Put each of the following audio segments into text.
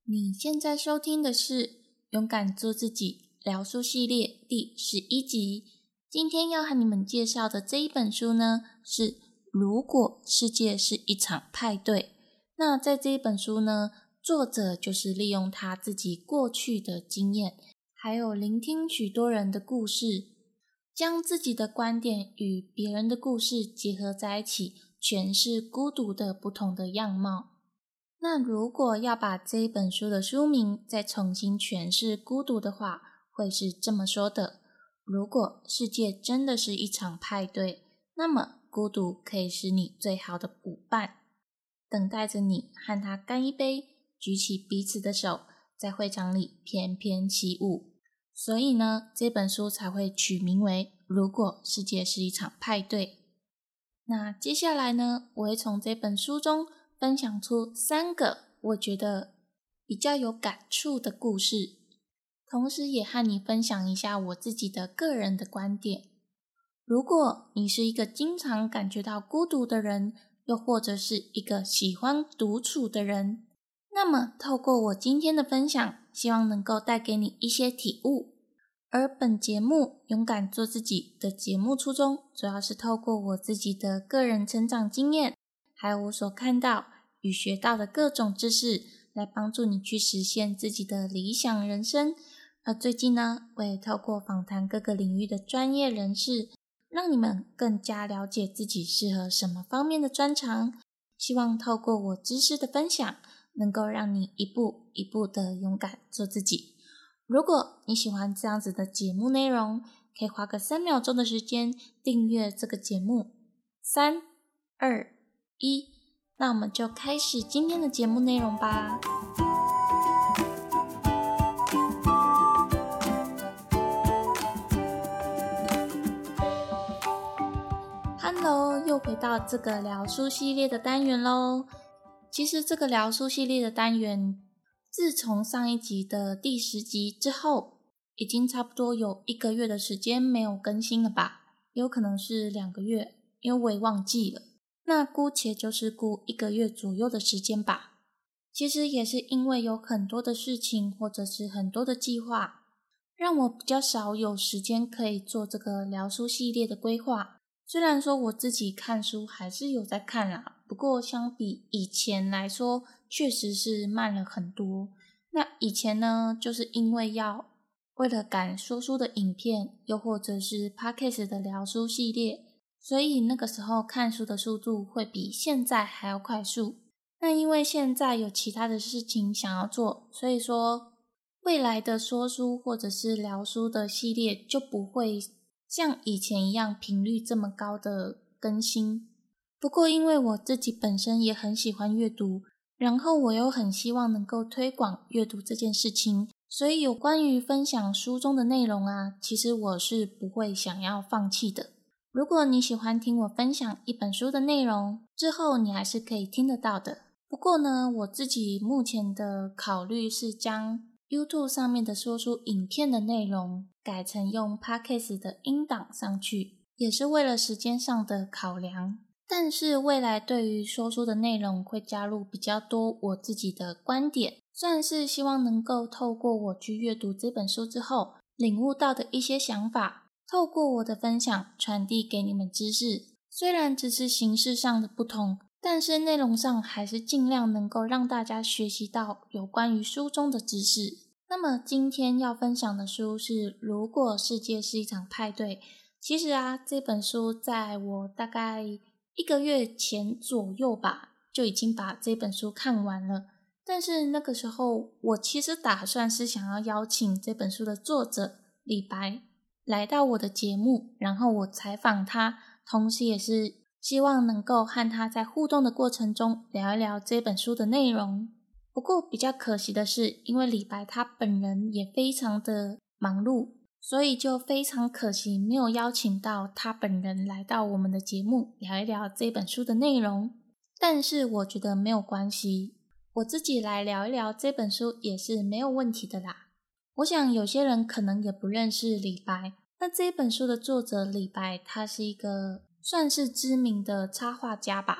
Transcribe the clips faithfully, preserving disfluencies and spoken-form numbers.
你现在收听的是《勇敢做自己》聊书系列第十一集。今天要和你们介绍的这一本书呢，是《如果世界是一场派对》。那在这一本书呢，作者就是利用他自己过去的经验，还有聆听许多人的故事，将自己的观点与别人的故事结合在一起，诠释孤独的不同的样貌。那如果要把这一本书的书名再重新诠释孤独的话，会是这么说的：如果世界真的是一场派对，那么孤独可以是你最好的舞伴，等待着你和他干一杯，举起彼此的手，在会场里翩翩起舞。所以呢，这本书才会取名为《如果世界是一场派对》。那接下来呢，我会从这本书中分享出三个我觉得比较有感触的故事，同时也和你分享一下我自己的个人的观点。如果你是一个经常感觉到孤独的人，又或者是一个喜欢独处的人，那么透过我今天的分享，希望能够带给你一些体悟。而本节目勇敢做自己的节目初衷，主要是透过我自己的个人成长经验，还有我所看到与学到的各种知识，来帮助你去实现自己的理想人生。而最近呢，我也透过访谈各个领域的专业人士，让你们更加了解自己适合什么方面的专长，希望透过我知识的分享，能够让你一步一步的勇敢做自己。如果你喜欢这样子的节目内容，可以花个三秒钟的时间订阅这个节目。三、二、一，那我们就开始今天的节目内容吧。Hello， 又回到这个聊书系列的单元咯。其实这个聊书系列的单元，自从上一集的第十集之后，已经差不多有一个月的时间没有更新了吧，也有可能是两个月，因为我也忘记了。那姑且就是估一个月左右的时间吧。其实也是因为有很多的事情，或者是很多的计划，让我比较少有时间可以做这个聊书系列的规划。虽然说我自己看书还是有在看啦，不过相比以前来说，确实是慢了很多。那以前呢，就是因为要为了赶说书的影片，又或者是 Podcast 的聊书系列，所以那个时候看书的速度会比现在还要快速。那因为现在有其他的事情想要做，所以说未来的说书或者是聊书的系列就不会像以前一样频率这么高的更新。不过因为我自己本身也很喜欢阅读，然后我又很希望能够推广阅读这件事情，所以有关于分享书中的内容啊，其实我是不会想要放弃的。如果你喜欢听我分享一本书的内容，之后你还是可以听得到的。不过呢，我自己目前的考虑是将 YouTube 上面的说书影片的内容改成用 Podcast 的音档上去，也是为了时间上的考量。但是未来对于说书的内容会加入比较多我自己的观点，算是希望能够透过我去阅读这本书之后领悟到的一些想法，透过我的分享传递给你们知识。虽然只是形式上的不同，但是内容上还是尽量能够让大家学习到有关于书中的知识。那么今天要分享的书是《如果世界是一场派对》。其实啊，这本书在我大概一个月前左右吧，就已经把这本书看完了。但是那个时候，我其实打算是想要邀请这本书的作者李白来到我的节目，然后我采访他，同时也是希望能够和他在互动的过程中聊一聊这本书的内容。不过比较可惜的是，因为李白他本人也非常的忙碌，所以就非常可惜没有邀请到他本人来到我们的节目聊一聊这本书的内容。但是我觉得没有关系，我自己来聊一聊这本书也是没有问题的啦。我想有些人可能也不认识李白，那这本书的作者李白，他是一个算是知名的插画家吧。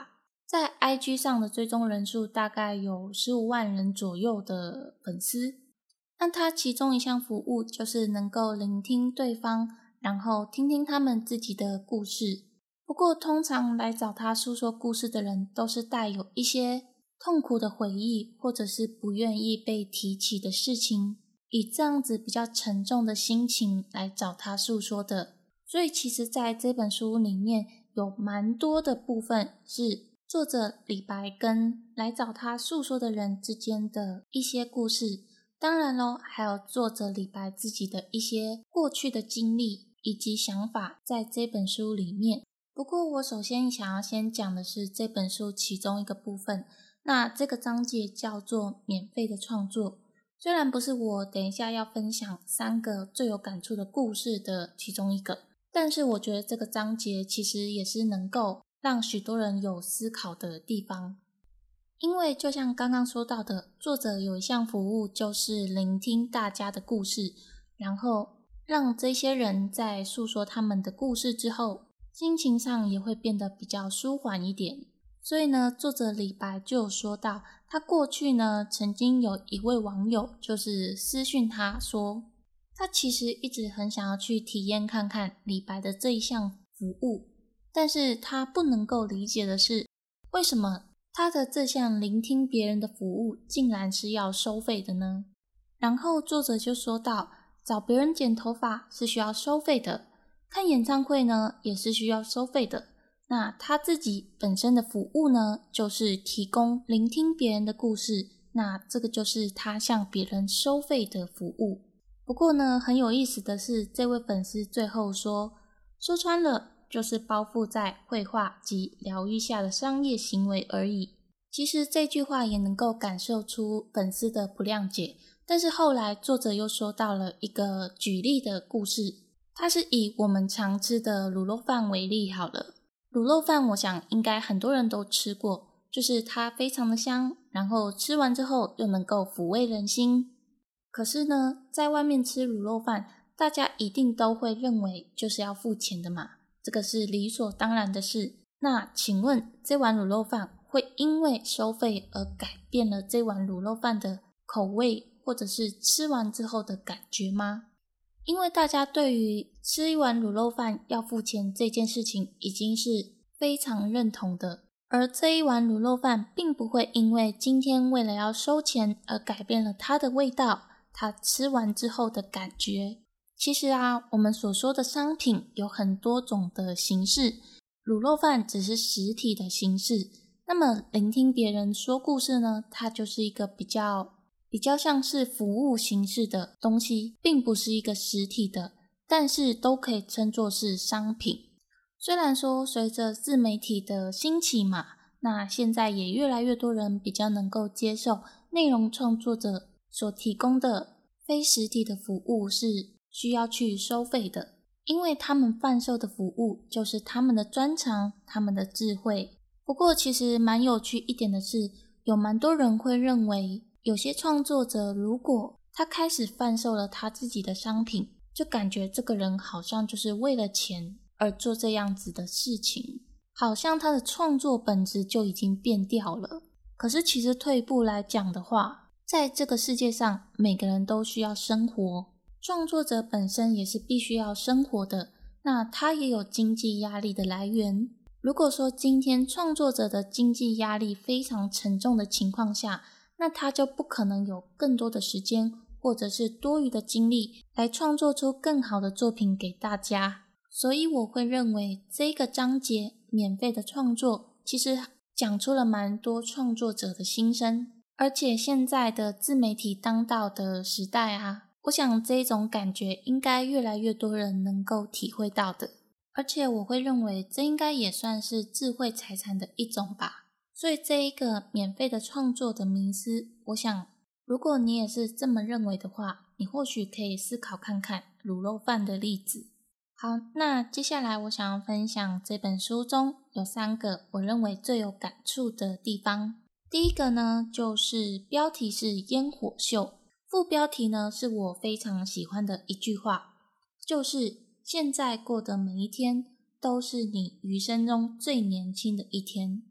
在 I G 上的追踪人数大概有十五万人左右的粉丝。那他其中一项服务就是能够聆听对方，然后听听他们自己的故事。不过通常来找他诉说故事的人都是带有一些痛苦的回忆，或者是不愿意被提起的事情，以这样子比较沉重的心情来找他诉说的。所以其实在这本书里面有蛮多的部分是作者李白跟来找他诉说的人之间的一些故事，当然咯，还有作者李白自己的一些过去的经历以及想法在这本书里面。不过我首先想要先讲的是这本书其中一个部分，那这个章节叫做免费的创作。虽然不是我等一下要分享三个最有感触的故事的其中一个，但是我觉得这个章节其实也是能够让许多人有思考的地方。因为就像刚刚说到的，作者有一项服务就是聆听大家的故事，然后让这些人在诉说他们的故事之后，心情上也会变得比较舒缓一点。所以呢，作者李白就有说到，他过去呢曾经有一位网友就是私讯他说，他其实一直很想要去体验看看李白的这一项服务，但是他不能够理解的是，为什么他的这项聆听别人的服务竟然是要收费的呢？然后作者就说到，找别人剪头发是需要收费的，看演唱会呢也是需要收费的。那他自己本身的服务呢，就是提供聆听别人的故事，那这个就是他向别人收费的服务。不过呢，很有意思的是，这位粉丝最后说，说穿了就是包覆在绘画及疗愈下的商业行为而已。其实这句话也能够感受出粉丝的不谅解，但是后来作者又说到了一个举例的故事，他是以我们常吃的卤肉饭为例好了。卤肉饭我想应该很多人都吃过，就是它非常的香，然后吃完之后又能够抚慰人心。可是呢，在外面吃卤肉饭，大家一定都会认为就是要付钱的嘛，这个是理所当然的事。那请问这碗卤肉饭会因为收费而改变了这碗卤肉饭的口味，或者是吃完之后的感觉吗？因为大家对于吃一碗卤肉饭要付钱这件事情已经是非常认同的，而这一碗卤肉饭并不会因为今天为了要收钱而改变了它的味道，它吃完之后的感觉。其实啊，我们所说的商品有很多种的形式，卤肉饭只是实体的形式，那么聆听别人说故事呢，它就是一个比较比较像是服务形式的东西，并不是一个实体的，但是都可以称作是商品。虽然说随着自媒体的兴起嘛，那现在也越来越多人比较能够接受内容创作者所提供的非实体的服务是需要去收费的，因为他们贩售的服务就是他们的专长，他们的智慧。不过其实蛮有趣一点的是，有蛮多人会认为有些创作者如果他开始贩售了他自己的商品，就感觉这个人好像就是为了钱而做这样子的事情，好像他的创作本质就已经变掉了。可是其实退一步来讲的话，在这个世界上每个人都需要生活，创作者本身也是必须要生活的，那他也有经济压力的来源。如果说今天创作者的经济压力非常沉重的情况下，那他就不可能有更多的时间或者是多余的精力来创作出更好的作品给大家。所以我会认为这个章节免费的创作其实讲出了蛮多创作者的心声，而且现在的自媒体当道的时代啊，我想这种感觉应该越来越多人能够体会到的，而且我会认为这应该也算是智慧财产的一种吧。所以这一个免费的创作的迷思，我想如果你也是这么认为的话，你或许可以思考看看卤肉饭的例子。好，那接下来我想要分享这本书中有三个我认为最有感触的地方。第一个呢，就是标题是烟火秀，副标题呢是我非常喜欢的一句话，就是现在过的每一天都是你余生中最年轻的一天。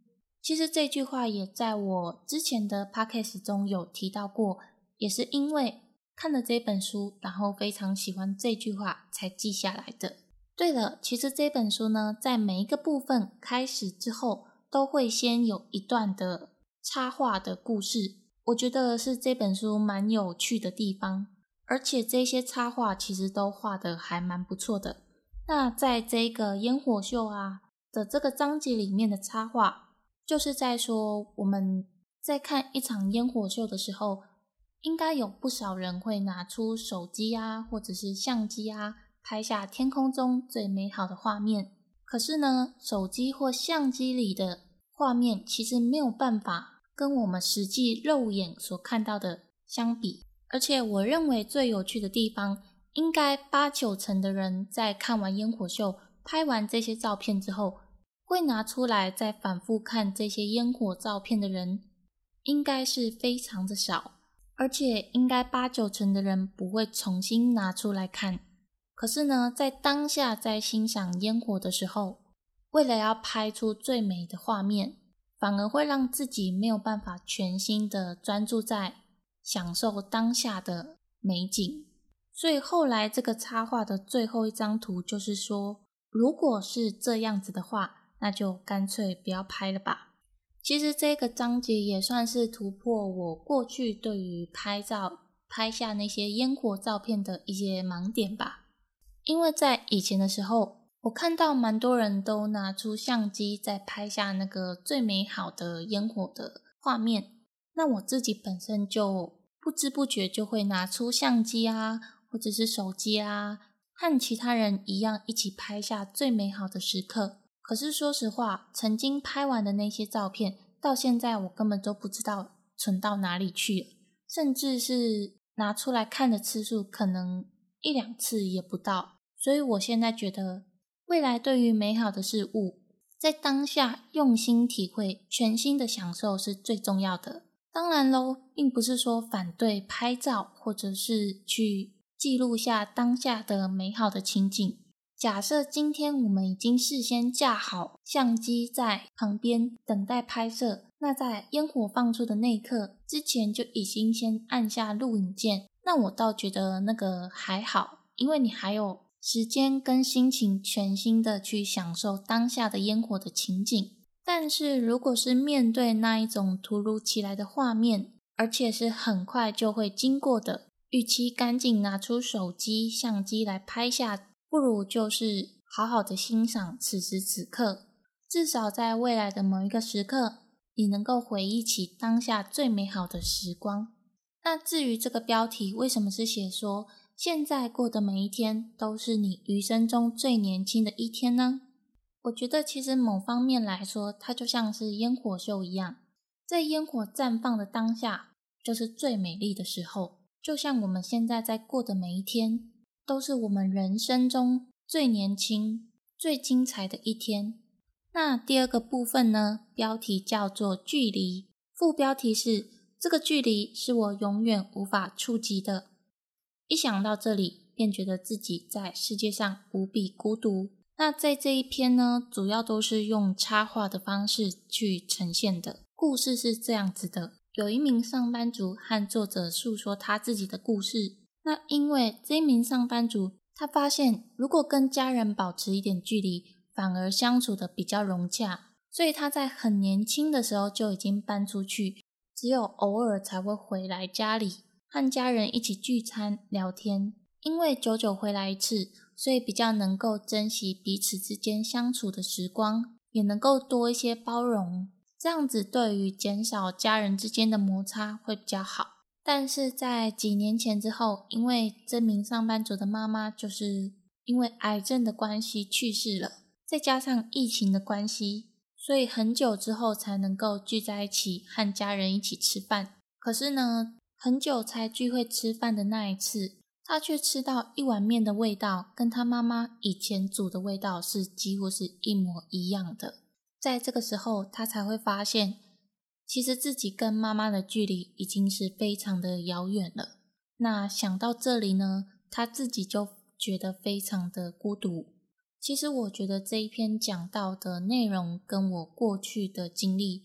其实这句话也在我之前的 podcast 中有提到过，也是因为看了这本书，然后非常喜欢这句话才记下来的。对了，其实这本书呢，在每一个部分开始之后，都会先有一段的插画的故事，我觉得是这本书蛮有趣的地方，而且这些插画其实都画得还蛮不错的。那在这个烟火秀啊的这个章节里面的插画，就是在说我们在看一场烟火秀的时候，应该有不少人会拿出手机啊，或者是相机啊，拍下天空中最美好的画面。可是呢，手机或相机里的画面其实没有办法跟我们实际肉眼所看到的相比。而且我认为最有趣的地方，应该八九成的人在看完烟火秀，拍完这些照片之后，会拿出来再反复看这些烟火照片的人，应该是非常的少。而且应该八九成的人不会重新拿出来看。可是呢，在当下在欣赏烟火的时候，为了要拍出最美的画面，反而会让自己没有办法全心的专注在享受当下的美景。所以后来这个插画的最后一张图就是说，如果是这样子的话，那就干脆不要拍了吧。其实这个章节也算是突破我过去对于拍照拍下那些烟火照片的一些盲点吧。因为在以前的时候，我看到蛮多人都拿出相机在拍下那个最美好的烟火的画面，那我自己本身就不知不觉就会拿出相机啊，或者是手机啊，和其他人一样一起拍下最美好的时刻。可是说实话，曾经拍完的那些照片，到现在我根本都不知道存到哪里去了，甚至是拿出来看的次数可能一两次也不到。所以我现在觉得，未来对于美好的事物，在当下用心体会、全心的享受是最重要的。当然咯，并不是说反对拍照，或者是去记录下当下的美好的情景。假设今天我们已经事先架好相机在旁边等待拍摄，那在烟火放出的那一刻之前就已经先按下录影键，那我倒觉得那个还好，因为你还有时间跟心情全心的去享受当下的烟火的情景。但是如果是面对那一种突如其来的画面，而且是很快就会经过的，与其赶紧拿出手机相机来拍下，不如就是好好的欣赏此时此刻，至少在未来的某一个时刻，你能够回忆起当下最美好的时光。那至于这个标题为什么是写说现在过的每一天都是你余生中最年轻的一天呢？我觉得其实某方面来说，它就像是烟火秀一样，在烟火绽放的当下就是最美丽的时候，就像我们现在在过的每一天都是我们人生中最年轻、最精彩的一天。那第二个部分呢，标题叫做距离，副标题是这个距离是我永远无法触及的。一想到这里，便觉得自己在世界上无比孤独。那在这一篇呢，主要都是用插画的方式去呈现的。故事是这样子的，有一名上班族和作者诉说他自己的故事。那因为这一名上班族，他发现如果跟家人保持一点距离，反而相处的比较融洽，所以他在很年轻的时候就已经搬出去，只有偶尔才会回来家里和家人一起聚餐聊天。因为久久回来一次，所以比较能够珍惜彼此之间相处的时光，也能够多一些包容，这样子对于减少家人之间的摩擦会比较好。但是在几年前之后，因为这名上班族的妈妈就是因为癌症的关系去世了，再加上疫情的关系，所以很久之后才能够聚在一起和家人一起吃饭。可是呢，很久才聚会吃饭的那一次，他却吃到一碗面的味道跟他妈妈以前煮的味道是几乎是一模一样的。在这个时候，他才会发现其实自己跟妈妈的距离已经是非常的遥远了。那想到这里呢，他自己就觉得非常的孤独。其实我觉得这一篇讲到的内容跟我过去的经历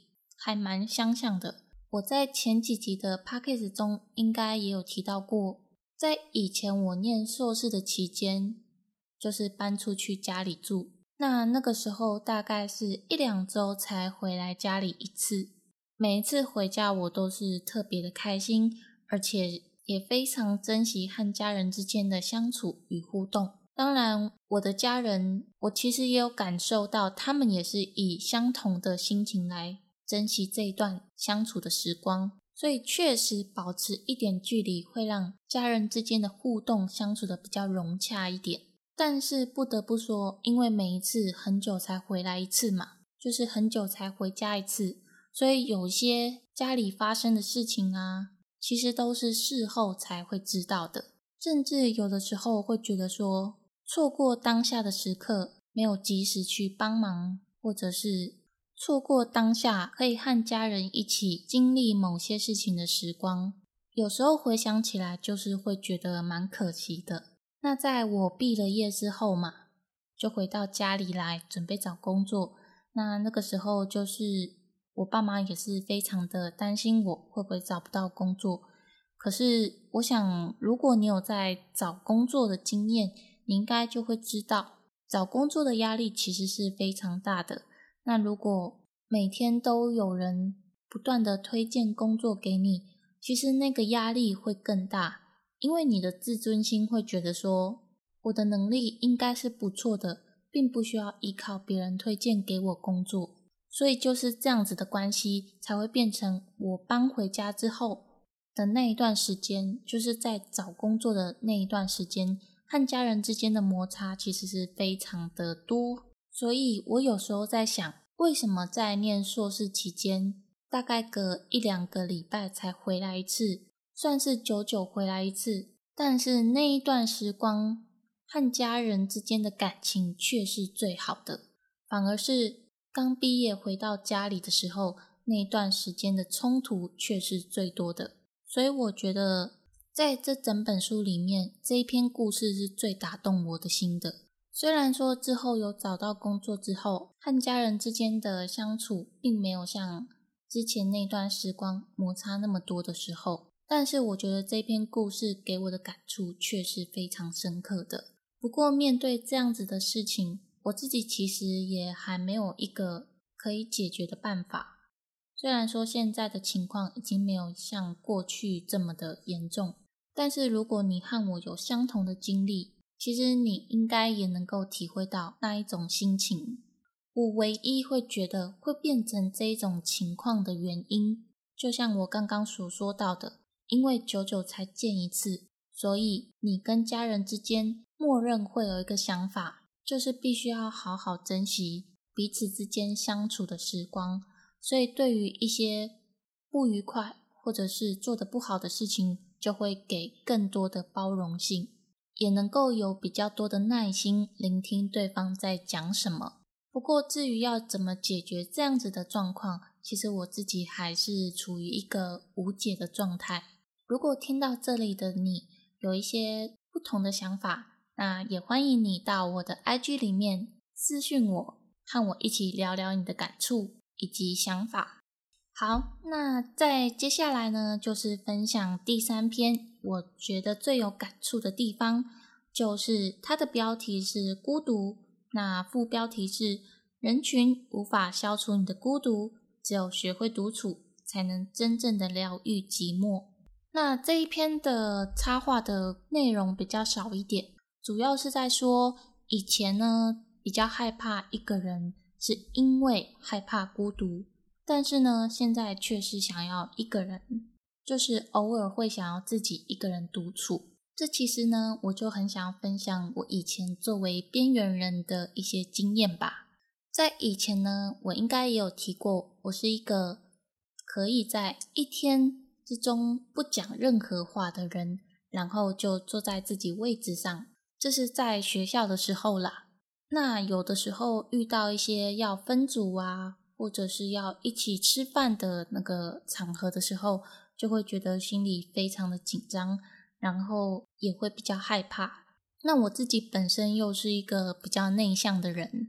还蛮相像的。我在前几集的 podcast 中应该也有提到过，在以前我念硕士的期间，就是搬出去家里住，那那个时候大概是一两周才回来家里一次，每一次回家我都是特别的开心，而且也非常珍惜和家人之间的相处与互动。当然我的家人，我其实也有感受到他们也是以相同的心情来珍惜这一段相处的时光，所以确实保持一点距离会让家人之间的互动相处的比较融洽一点。但是不得不说，因为每一次很久才回来一次嘛，就是很久才回家一次，所以有些家里发生的事情啊，其实都是事后才会知道的，甚至有的时候会觉得说，错过当下的时刻，没有及时去帮忙，或者是错过当下可以和家人一起经历某些事情的时光，有时候回想起来就是会觉得蛮可惜的。那在我毕了业之后嘛，就回到家里来准备找工作，那那个时候就是我爸妈也是非常的担心我会不会找不到工作。可是我想，如果你有在找工作的经验，你应该就会知道，找工作的压力其实是非常大的。那如果每天都有人不断的推荐工作给你，其实那个压力会更大，因为你的自尊心会觉得说，我的能力应该是不错的，并不需要依靠别人推荐给我工作。所以就是这样子的关系，才会变成我搬回家之后的那一段时间，就是在找工作的那一段时间，和家人之间的摩擦其实是非常的多。所以我有时候在想，为什么在念硕士期间，大概隔一两个礼拜才回来一次，算是久久回来一次，但是那一段时光和家人之间的感情却是最好的，反而是刚毕业回到家里的时候，那一段时间的冲突却是最多的。所以我觉得在这整本书里面，这一篇故事是最打动我的心的。虽然说之后有找到工作之后，和家人之间的相处并没有像之前那段时光摩擦那么多的时候，但是我觉得这篇故事给我的感触却是非常深刻的。不过面对这样子的事情，我自己其实也还没有一个可以解决的办法。虽然说现在的情况已经没有像过去这么的严重，但是如果你和我有相同的经历，其实你应该也能够体会到那一种心情。我唯一会觉得会变成这一种情况的原因，就像我刚刚所说到的，因为久久才见一次，所以你跟家人之间默认会有一个想法，就是必须要好好珍惜彼此之间相处的时光。所以对于一些不愉快或者是做得不好的事情，就会给更多的包容性，也能够有比较多的耐心聆听对方在讲什么。不过至于要怎么解决这样子的状况，其实我自己还是处于一个无解的状态。如果听到这里的你有一些不同的想法，那也欢迎你到我的 I G 里面私讯我，和我一起聊聊你的感触以及想法。好，那在接下来呢，就是分享第三篇我觉得最有感触的地方，就是它的标题是孤独，那副标题是人群无法消除你的孤独，只有学会独处才能真正的疗愈寂寞。那这一篇的插画的内容比较少一点，主要是在说以前呢比较害怕一个人，是因为害怕孤独，但是呢现在却是想要一个人，就是偶尔会想要自己一个人独处。这其实呢我就很想要分享我以前作为边缘人的一些经验吧。在以前呢，我应该也有提过，我是一个可以在一天之中不讲任何话的人，然后就坐在自己位置上，这是在学校的时候啦。那有的时候遇到一些要分组啊，或者是要一起吃饭的那个场合的时候，就会觉得心里非常的紧张，然后也会比较害怕。那我自己本身又是一个比较内向的人，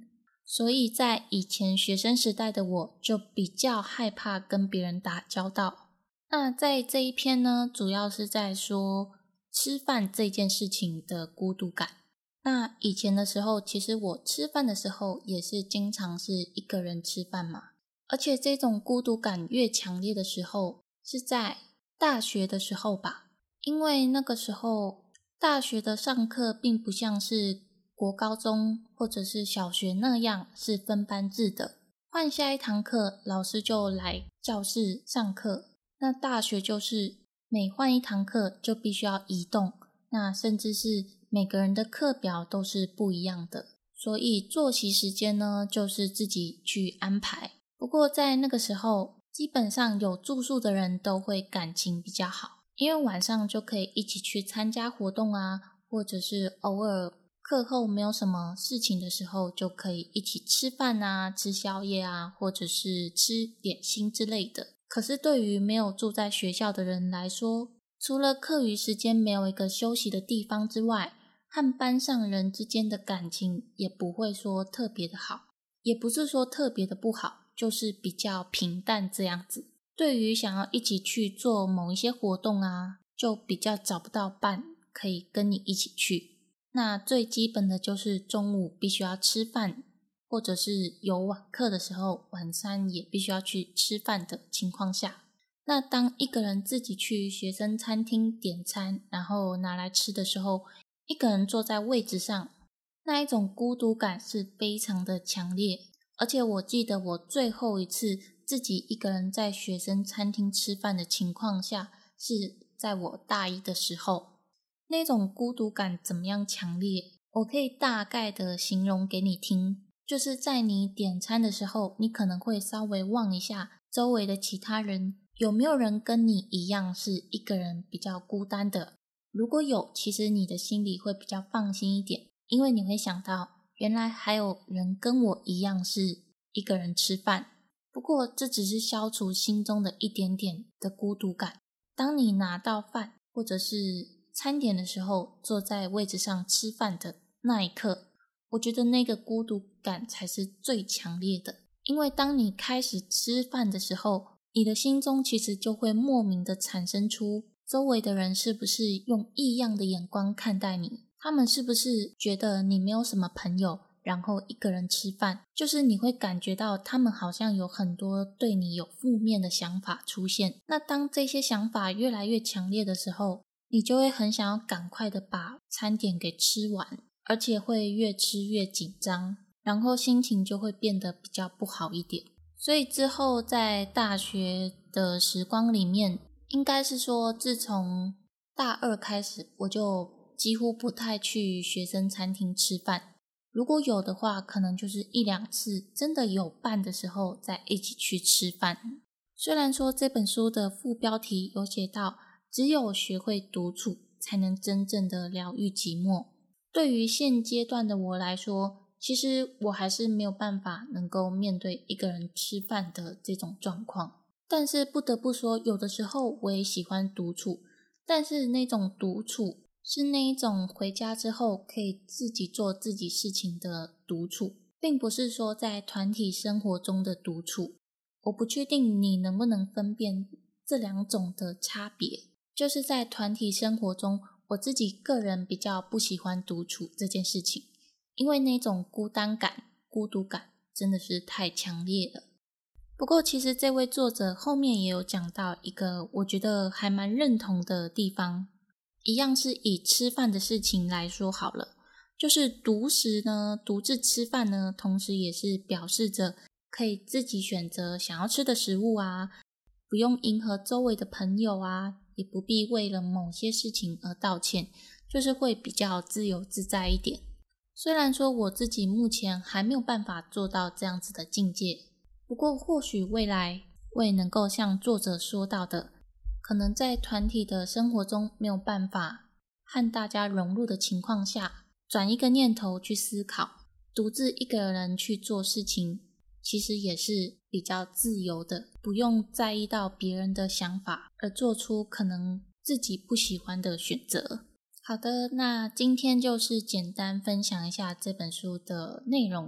所以在以前学生时代的我就比较害怕跟别人打交道。那在这一篇呢，主要是在说吃饭这件事情的孤独感。那以前的时候，其实我吃饭的时候也是经常是一个人吃饭嘛，而且这种孤独感越强烈的时候是在大学的时候吧，因为那个时候大学的上课并不像是国高中或者是小学那样是分班制的，换下一堂课老师就来教室上课。那大学就是每换一堂课就必须要移动，那甚至是每个人的课表都是不一样的，所以作息时间呢就是自己去安排。不过在那个时候基本上有住宿的人都会感情比较好，因为晚上就可以一起去参加活动啊，或者是偶尔课后没有什么事情的时候就可以一起吃饭啊，吃宵夜啊，或者是吃点心之类的。可是对于没有住在学校的人来说，除了课余时间没有一个休息的地方之外，和班上人之间的感情也不会说特别的好，也不是说特别的不好，就是比较平淡这样子。对于想要一起去做某一些活动啊，就比较找不到伴可以跟你一起去。那最基本的就是中午必须要吃饭，或者是有晚课的时候，晚餐也必须要去吃饭的情况下，那当一个人自己去学生餐厅点餐，然后拿来吃的时候，一个人坐在位置上，那一种孤独感是非常的强烈。而且我记得我最后一次自己一个人在学生餐厅吃饭的情况下，是在我大一的时候。那种孤独感怎么样强烈，我可以大概的形容给你听，就是在你点餐的时候，你可能会稍微望一下周围的其他人，有没有人跟你一样是一个人比较孤单的。如果有，其实你的心里会比较放心一点，因为你会想到原来还有人跟我一样是一个人吃饭。不过这只是消除心中的一点点的孤独感。当你拿到饭或者是餐点的时候，坐在位置上吃饭的那一刻，我觉得那个孤独感才是最强烈的。因为当你开始吃饭的时候，你的心中其实就会莫名的产生出周围的人是不是用异样的眼光看待你，他们是不是觉得你没有什么朋友，然后一个人吃饭，就是你会感觉到他们好像有很多对你有负面的想法出现。那当这些想法越来越强烈的时候，你就会很想要赶快的把餐点给吃完，而且会越吃越紧张，然后心情就会变得比较不好一点。所以之后在大学的时光里面，应该是说自从大二开始，我就几乎不太去学生餐厅吃饭。如果有的话，可能就是一两次真的有伴的时候再一起去吃饭。虽然说这本书的副标题有写到只有学会独处才能真正的疗愈寂寞，对于现阶段的我来说，其实我还是没有办法能够面对一个人吃饭的这种状况。但是不得不说，有的时候我也喜欢独处，但是那种独处是那一种回家之后可以自己做自己事情的独处，并不是说在团体生活中的独处。我不确定你能不能分辨这两种的差别。就是在团体生活中，我自己个人比较不喜欢独处这件事情，因为那种孤单感、孤独感真的是太强烈了。不过其实这位作者后面也有讲到一个我觉得还蛮认同的地方，一样是以吃饭的事情来说好了，就是独食呢，独自吃饭呢，同时也是表示着可以自己选择想要吃的食物啊，不用迎合周围的朋友啊，也不必为了某些事情而道歉，就是会比较自由自在一点。虽然说我自己目前还没有办法做到这样子的境界，不过或许未来我也能够像作者说到的，可能在团体的生活中没有办法和大家融入的情况下，转一个念头去思考，独自一个人去做事情，其实也是比较自由的，不用在意到别人的想法而做出可能自己不喜欢的选择。好的，那今天就是简单分享一下这本书的内容，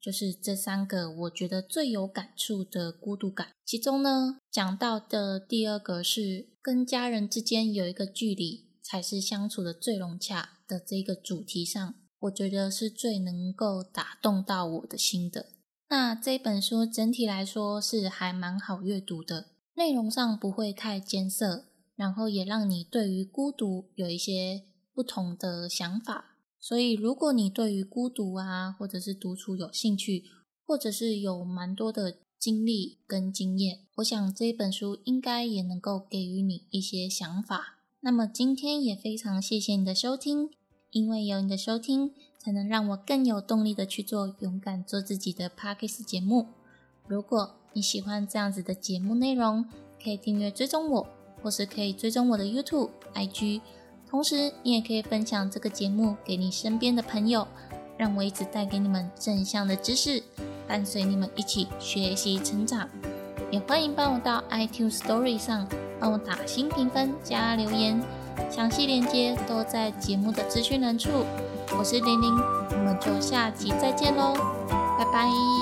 就是这三个我觉得最有感触的孤独感。其中呢，讲到的第二个是跟家人之间有一个距离才是相处的最融洽的这个主题上，我觉得是最能够打动到我的心的。那这本书整体来说是还蛮好阅读的，内容上不会太艰涩，然后也让你对于孤独有一些不同的想法。所以如果你对于孤独啊，或者是独处有兴趣，或者是有蛮多的经历跟经验，我想这本书应该也能够给予你一些想法。那么今天也非常谢谢你的收听，因为有你的收听，才能让我更有动力的去做勇敢做自己的 Podcast 节目。如果你喜欢这样子的节目内容，可以订阅追踪我，或是可以追踪我的 YouTube、I G， 同时你也可以分享这个节目给你身边的朋友，让我一直带给你们正向的知识，伴随你们一起学习成长。也欢迎帮我到 iTunes Story 上帮我打新评分加留言，详细链接都在节目的资讯栏处。我是玲玲，我们就下集再见咯，拜拜。